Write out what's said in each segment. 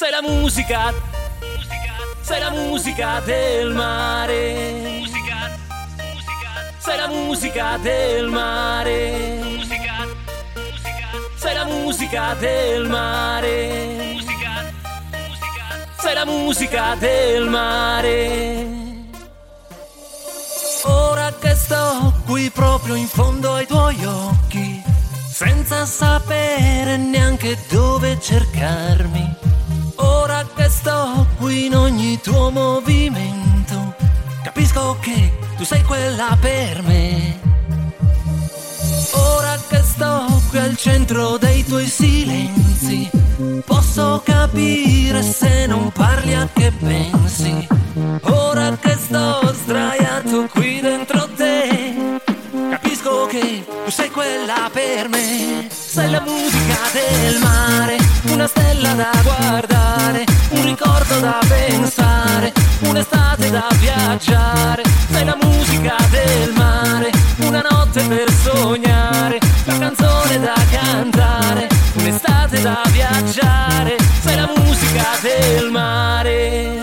Sei la musica, sei la musica del mare. Sei la musica del mare. Sei la musica del mare. Sei la musica del mare. Ora che sto qui proprio in fondo ai tuoi occhi, senza sapere neanche dove cercarmi. Ora che sto qui in ogni tuo movimento, capisco che tu sei quella per me. Ora che sto qui al centro dei tuoi silenzi, posso capire se non parli a che pensi. Ora che sto sdraiato qui dentro te, capisco che tu sei quella per me. Sei la musica del mare, una stella da guardare, un ricordo da pensare, un'estate da viaggiare. Sei la musica del mare, una notte per sognare, una canzone da cantare, un'estate da viaggiare. Sei la musica del mare.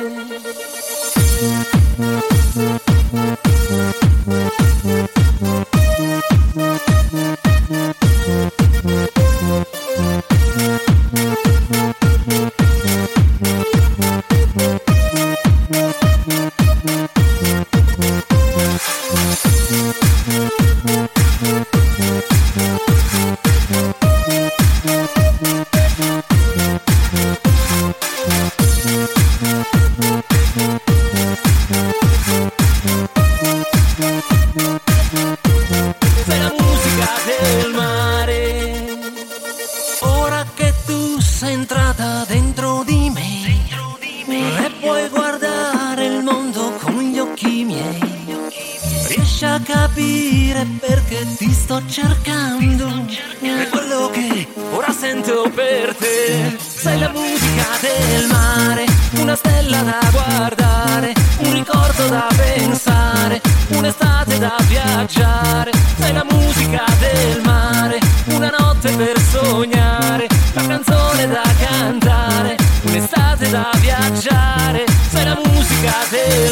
Sei entrata dentro di me e puoi guardare il mondo con gli occhi miei. Riesci a capire perché ti sto cercando, è quello che ora sento per te. Sei la musica del mare, una stella da guardare, un ricordo da pensare, un'estate da viaggiare. Sei la musica del mare, una notte per sognare, una canzone da cantare, un'estate da viaggiare. Sei la musica del